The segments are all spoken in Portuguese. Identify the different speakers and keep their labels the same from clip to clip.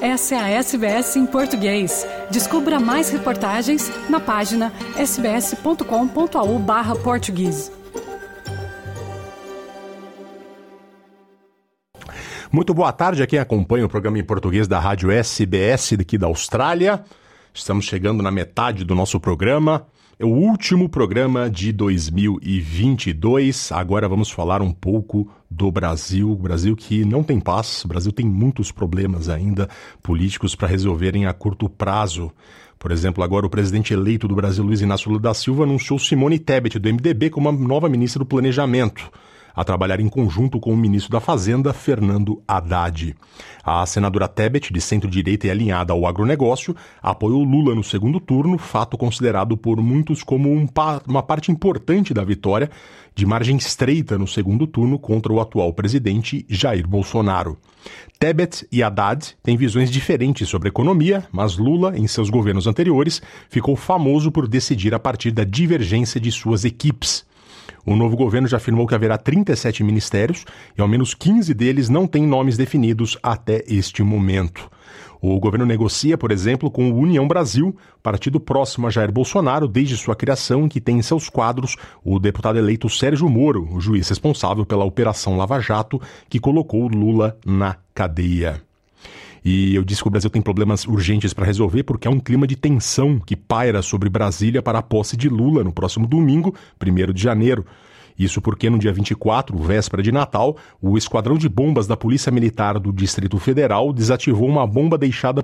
Speaker 1: Essa é a SBS em português. Descubra mais reportagens na página sbs.com.au/português.
Speaker 2: Muito boa tarde a quem acompanha o programa em português da Rádio SBS daqui da Austrália. Estamos chegando na metade do nosso programa. É o último programa de 2022. Agora vamos falar um pouco do Brasil. O Brasil que não tem paz. O Brasil tem muitos problemas ainda políticos para resolverem a curto prazo. Por exemplo, agora o presidente eleito do Brasil, Luiz Inácio Lula da Silva, anunciou Simone Tebet, do MDB, como a nova ministra do Planejamento, a trabalhar em conjunto com o ministro da Fazenda, Fernando Haddad. A senadora Tebet, de centro-direita e alinhada ao agronegócio, apoiou Lula no segundo turno, fato considerado por muitos como uma parte importante da vitória, de margem estreita no segundo turno contra o atual presidente Jair Bolsonaro. Tebet e Haddad têm visões diferentes sobre a economia, mas Lula, em seus governos anteriores, ficou famoso por decidir a partir da divergência de suas equipes. O novo governo já afirmou que haverá 37 ministérios e ao menos 15 deles não têm nomes definidos até este momento. O governo negocia, por exemplo, com o União Brasil, partido próximo a Jair Bolsonaro desde sua criação, que tem em seus quadros o deputado eleito Sérgio Moro, o juiz responsável pela Operação Lava Jato, que colocou Lula na cadeia. E eu disse que o Brasil tem problemas urgentes para resolver porque há um clima de tensão que paira sobre Brasília para a posse de Lula no próximo domingo, 1º de janeiro. Isso porque no dia 24, véspera de Natal, o esquadrão de bombas da Polícia Militar do Distrito Federal desativou uma bomba deixada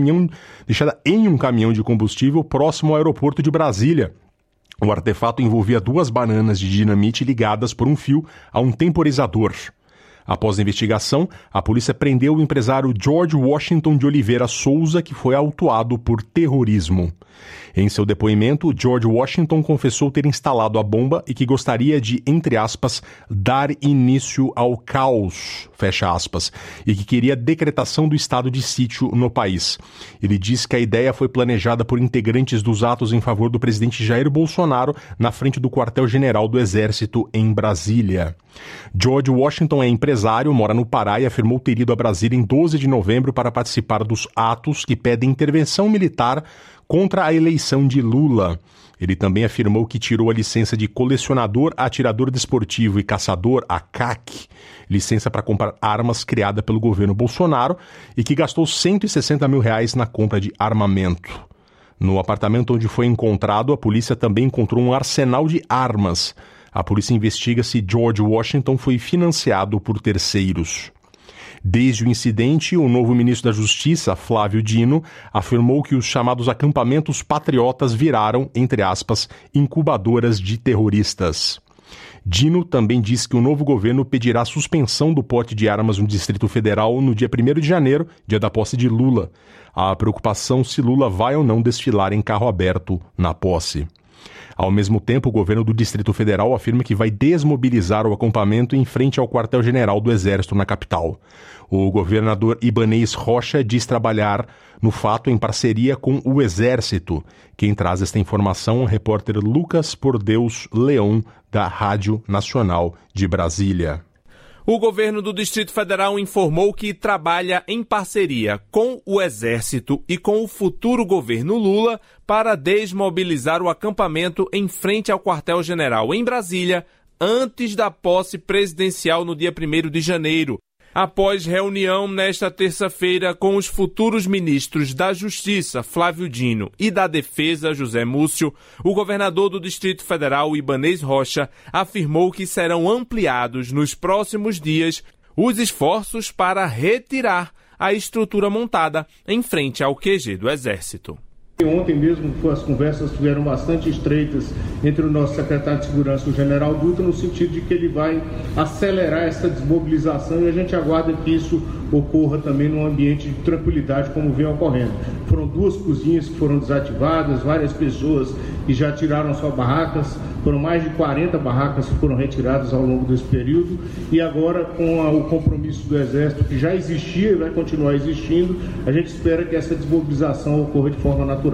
Speaker 2: em um caminhão de combustível próximo ao aeroporto de Brasília. O artefato envolvia 2 bananas de dinamite ligadas por um fio a um temporizador. Após a investigação, a polícia prendeu o empresário George Washington de Oliveira Souza, que foi autuado por terrorismo. Em seu depoimento, George Washington confessou ter instalado a bomba e que gostaria de, entre aspas, dar início ao caos, fecha aspas, e que queria a decretação do estado de sítio no país. Ele disse que a ideia foi planejada por integrantes dos atos em favor do presidente Jair Bolsonaro na frente do quartel-general do Exército em Brasília. George Washington é empresário, mora no Pará e afirmou ter ido a Brasília em 12 de novembro para participar dos atos que pedem intervenção militar contra a eleição de Lula. Ele também afirmou que tirou a licença de colecionador, atirador desportivo e caçador, a CAC, licença para comprar armas criada pelo governo Bolsonaro, e que gastou R$160 mil na compra de armamento. No apartamento onde foi encontrado, a polícia também encontrou um arsenal de armas. A polícia investiga se George Washington foi financiado por terceiros. Desde o incidente, o novo ministro da Justiça, Flávio Dino, afirmou que os chamados acampamentos patriotas viraram, entre aspas, incubadoras de terroristas. Dino também disse que o novo governo pedirá a suspensão do porte de armas no Distrito Federal no dia 1º de janeiro, dia da posse de Lula. A preocupação se Lula vai ou não desfilar em carro aberto na posse. Ao mesmo tempo, o governo do Distrito Federal afirma que vai desmobilizar o acampamento em frente ao quartel-general do Exército na capital. O governador Ibanez Rocha diz trabalhar no fato em parceria com o Exército. Quem traz esta informação é o repórter Lucas Por Deus Leão, da Rádio Nacional de Brasília.
Speaker 3: O governo do Distrito Federal informou que trabalha em parceria com o Exército e com o futuro governo Lula para desmobilizar o acampamento em frente ao quartel-general em Brasília antes da posse presidencial no dia 1º de janeiro. Após reunião nesta terça-feira com os futuros ministros da Justiça, Flávio Dino, e da Defesa, José Múcio, o governador do Distrito Federal, Ibanez Rocha, afirmou que serão ampliados nos próximos dias os esforços para retirar a estrutura montada em frente ao QG do Exército.
Speaker 4: Ontem mesmo as conversas estiveram bastante estreitas entre o nosso secretário de Segurança, o general Dutra, no sentido de que ele vai acelerar essa desmobilização e a gente aguarda que isso ocorra também num ambiente de tranquilidade, como vem ocorrendo. Foram 2 cozinhas que foram desativadas, várias pessoas que já tiraram suas barracas, foram mais de 40 barracas que foram retiradas ao longo desse período e agora com o compromisso do Exército, que já existia e vai continuar existindo, a gente espera que essa desmobilização ocorra de forma natural.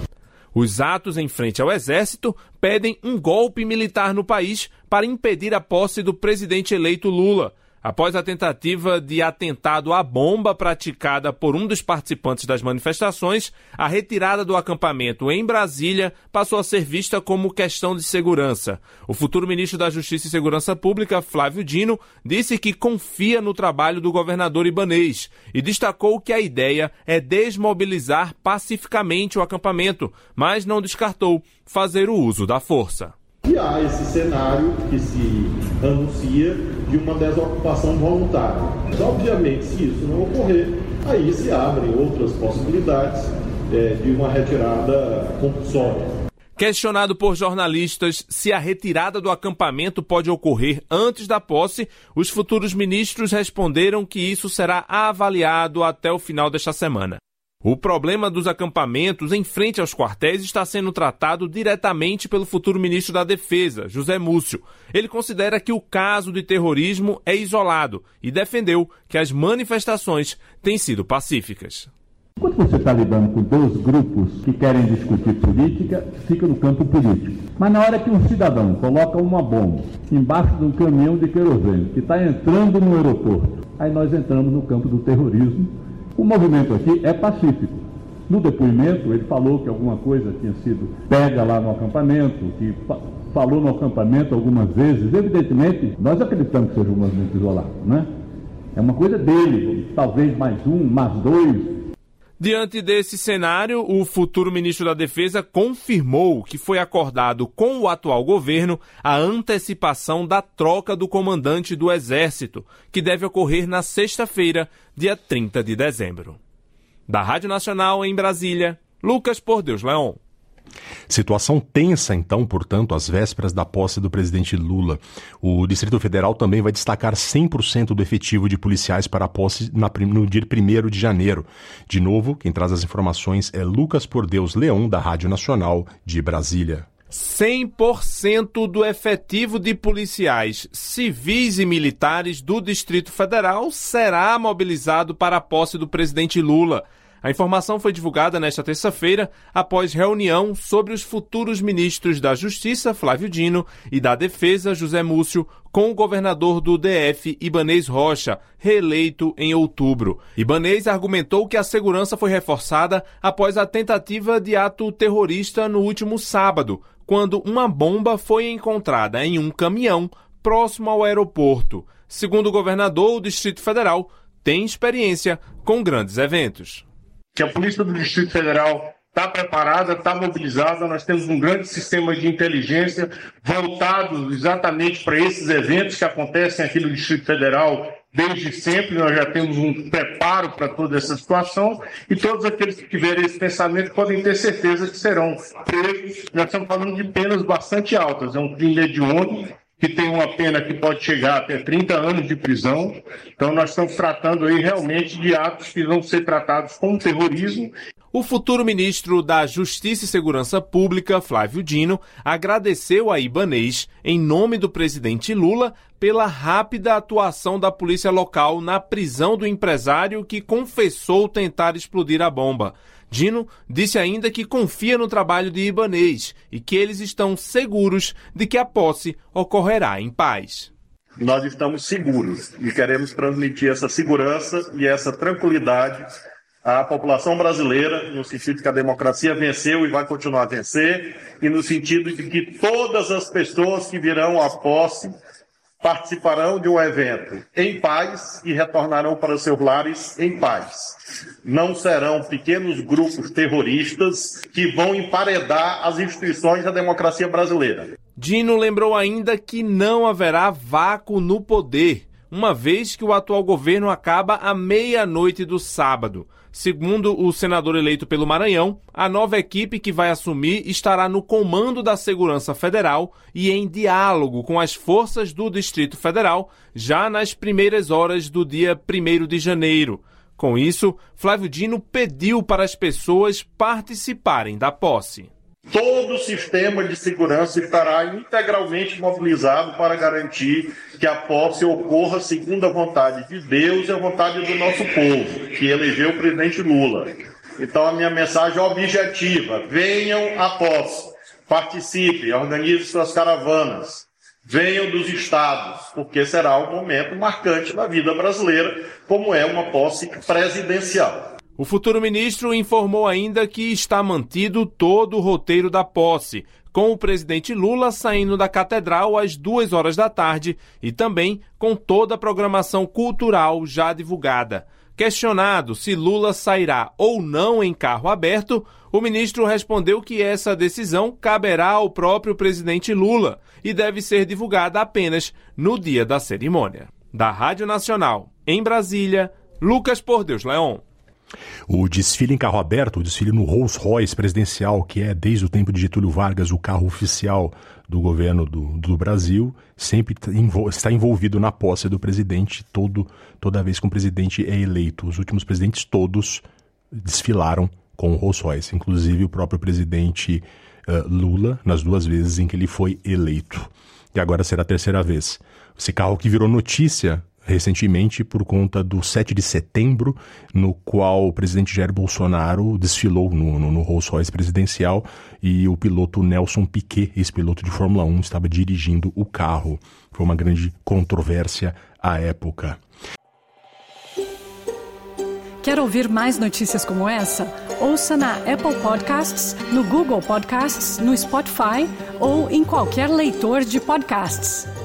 Speaker 3: Os atos em frente ao Exército pedem um golpe militar no país para impedir a posse do presidente eleito Lula. Após a tentativa de atentado à bomba praticada por um dos participantes das manifestações, a retirada do acampamento em Brasília passou a ser vista como questão de segurança. O futuro ministro da Justiça e Segurança Pública, Flávio Dino, disse que confia no trabalho do governador Ibanez e destacou que a ideia é desmobilizar pacificamente o acampamento, mas não descartou fazer o uso da força.
Speaker 5: E há esse cenário que se anuncia de uma desocupação voluntária. Mas, obviamente, se isso não ocorrer, aí se abrem outras possibilidades de uma retirada compulsória.
Speaker 3: Questionado por jornalistas se a retirada do acampamento pode ocorrer antes da posse, os futuros ministros responderam que isso será avaliado até o final desta semana. O problema dos acampamentos em frente aos quartéis está sendo tratado diretamente pelo futuro ministro da Defesa, José Múcio. Ele considera que o caso de terrorismo é isolado e defendeu que as manifestações têm sido pacíficas.
Speaker 6: Quando você está lidando com dois grupos que querem discutir política, fica no campo político. Mas na hora que um cidadão coloca uma bomba embaixo de um caminhão de querosene que está entrando no aeroporto, aí nós entramos no campo do terrorismo. O movimento aqui é pacífico. No depoimento, ele falou que alguma coisa tinha sido pega lá no acampamento, que falou no acampamento algumas vezes. Evidentemente, nós acreditamos que seja um movimento isolado, né? É uma coisa dele, talvez mais um, mais dois.
Speaker 3: Diante desse cenário, o futuro ministro da Defesa confirmou que foi acordado com o atual governo a antecipação da troca do comandante do Exército, que deve ocorrer na sexta-feira, dia 30 de dezembro. Da Rádio Nacional em Brasília, Lucas Por Deus Leon.
Speaker 2: Situação tensa, então, portanto, às vésperas da posse do presidente Lula. O Distrito Federal também vai destacar 100% do efetivo de policiais para a posse no dia 1º de janeiro. De novo, quem traz as informações é Lucas Por Deus Leon, da Rádio Nacional de Brasília.
Speaker 3: 100% do efetivo de policiais civis e militares do Distrito Federal será mobilizado para a posse do presidente Lula. A informação foi divulgada nesta terça-feira após reunião sobre os futuros ministros da Justiça, Flávio Dino, e da Defesa, José Múcio, com o governador do DF, Ibanez Rocha, reeleito em outubro. Ibanez argumentou que a segurança foi reforçada após a tentativa de ato terrorista no último sábado, quando uma bomba foi encontrada em um caminhão próximo ao aeroporto. Segundo o governador, o Distrito Federal tem experiência com grandes eventos.
Speaker 4: Que a Polícia do Distrito Federal está preparada, está mobilizada, nós temos um grande sistema de inteligência voltado exatamente para esses eventos que acontecem aqui no Distrito Federal desde sempre. Nós já temos um preparo para toda essa situação e todos aqueles que tiverem esse pensamento podem ter certeza que serão presos. Nós estamos falando de penas bastante altas, é um crime hediondo, que tem uma pena que pode chegar até 30 anos de prisão. Então nós estamos tratando aí realmente de atos que vão ser tratados como terrorismo.
Speaker 3: O futuro ministro da Justiça e Segurança Pública, Flávio Dino, agradeceu a Ibanez, em nome do presidente Lula, pela rápida atuação da polícia local na prisão do empresário que confessou tentar explodir a bomba. Dino disse ainda que confia no trabalho de Ibanez e que eles estão seguros de que a posse ocorrerá em paz.
Speaker 5: Nós estamos seguros e queremos transmitir essa segurança e essa tranquilidade à população brasileira, no sentido de que a democracia venceu e vai continuar a vencer, e no sentido de que todas as pessoas que virão à posse participarão de um evento em paz e retornarão para seus lares em paz. Não serão pequenos grupos terroristas que vão emparedar as instituições da democracia brasileira.
Speaker 3: Dino lembrou ainda que não haverá vácuo no poder, uma vez que o atual governo acaba à meia-noite do sábado. Segundo o senador eleito pelo Maranhão, a nova equipe que vai assumir estará no comando da Segurança Federal e em diálogo com as forças do Distrito Federal já nas primeiras horas do dia 1º de janeiro. Com isso, Flávio Dino pediu para as pessoas participarem da posse.
Speaker 5: Todo o sistema de segurança estará integralmente mobilizado para garantir que a posse ocorra segundo a vontade de Deus e a vontade do nosso povo, que elegeu o presidente Lula. Então a minha mensagem é objetiva: venham à posse, participem, organizem suas caravanas, venham dos estados, porque será um momento marcante na vida brasileira, como é uma posse presidencial.
Speaker 3: O futuro ministro informou ainda que está mantido todo o roteiro da posse, com o presidente Lula saindo da catedral às 2 da tarde e também com toda a programação cultural já divulgada. Questionado se Lula sairá ou não em carro aberto, o ministro respondeu que essa decisão caberá ao próprio presidente Lula e deve ser divulgada apenas no dia da cerimônia. Da Rádio Nacional, em Brasília, Lucas Por Deus Leon.
Speaker 2: O desfile em carro aberto, o desfile no Rolls-Royce presidencial, que é desde o tempo de Getúlio Vargas o carro oficial do governo do Brasil, sempre está envolvido na posse do presidente toda vez que um presidente é eleito. Os últimos presidentes todos desfilaram com o Rolls-Royce, inclusive o próprio presidente Lula, nas 2 vezes em que ele foi eleito. E agora será a 3ª vez. Esse carro que virou notícia recentemente por conta do 7 de setembro, no qual o presidente Jair Bolsonaro desfilou no Rolls-Royce presidencial e o piloto Nelson Piquet, ex-piloto de Fórmula 1, estava dirigindo o carro. Foi uma grande controvérsia à época.
Speaker 1: Quer ouvir mais notícias como essa? Ouça na Apple Podcasts, no Google Podcasts, no Spotify ou em qualquer leitor de podcasts.